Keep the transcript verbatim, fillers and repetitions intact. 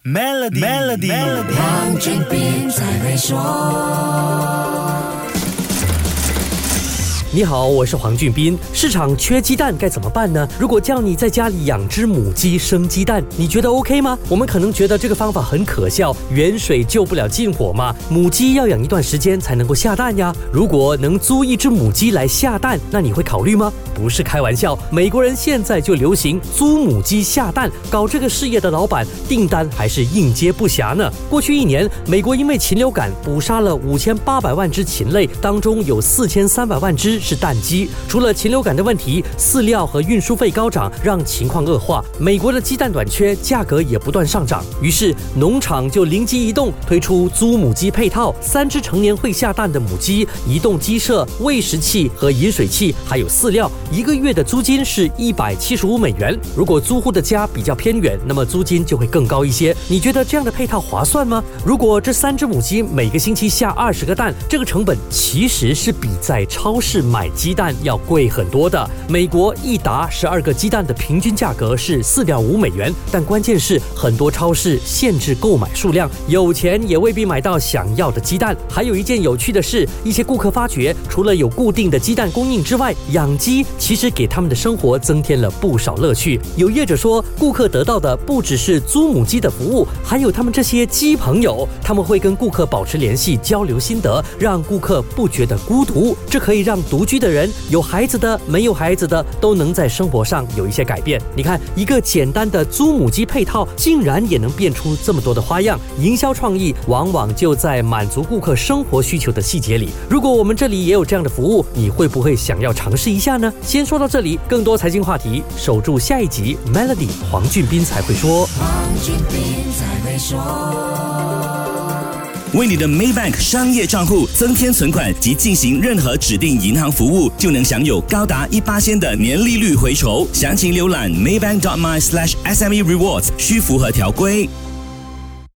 Melody Melody， 黄俊斌才会说。 你好，我是黄俊斌。市场缺鸡蛋该怎么办呢？如果叫你在家里养只母鸡生鸡蛋，你觉得 OK 吗？我们可能觉得这个方法很可笑，远水救不了近火嘛。母鸡要养一段时间才能够下蛋呀。如果能租一只母鸡来下蛋，那你会考虑吗？不是开玩笑，美国人现在就流行租母鸡下蛋，搞这个事业的老板订单还是应接不暇呢。过去一年，美国因为禽流感捕杀了五千八百万只禽类，当中有四千三百万只是蛋鸡。除了禽流感的问题，饲料和运输费高涨让情况恶化，美国的鸡蛋短缺，价格也不断上涨。于是农场就灵机一动，推出租母鸡配套，三只成年会下蛋的母鸡，移动鸡舍、喂食器和饮水器，还有饲料，一个月的租金是一百七十五美元。如果租户的家比较偏远，那么租金就会更高一些。你觉得这样的配套划算吗？如果这三只母鸡每个星期下二十个蛋，这个成本其实是比在超市买鸡蛋要贵很多的。美国一打十二个鸡蛋的平均价格是四点五美元，但关键是很多超市限制购买数量，有钱也未必买到想要的鸡蛋。还有一件有趣的是，一些顾客发觉，除了有固定的鸡蛋供应之外，养鸡其实给他们的生活增添了不少乐趣。有业者说，顾客得到的不只是租母鸡的服务，还有他们这些鸡朋友，他们会跟顾客保持联系，交流心得，让顾客不觉得孤独。这可以让独居的人、有孩子的、没有孩子的都能在生活上有一些改变。你看，一个简单的租母鸡配套，竟然也能变出这么多的花样。营销创意往往就在满足顾客生活需求的细节里。如果我们这里也有这样的服务，你会不会想要尝试一下呢？先说到这里，更多财经话题，守住下一集 Melody 黄俊斌才会说。 黄俊斌才会说。 为你的 Maybank 商业账户增添存款及进行任何指定银行服务，就能享有高达百分之一的年利率回酬。详情浏览 maybank dot my slash S M E rewards， 需符合条规。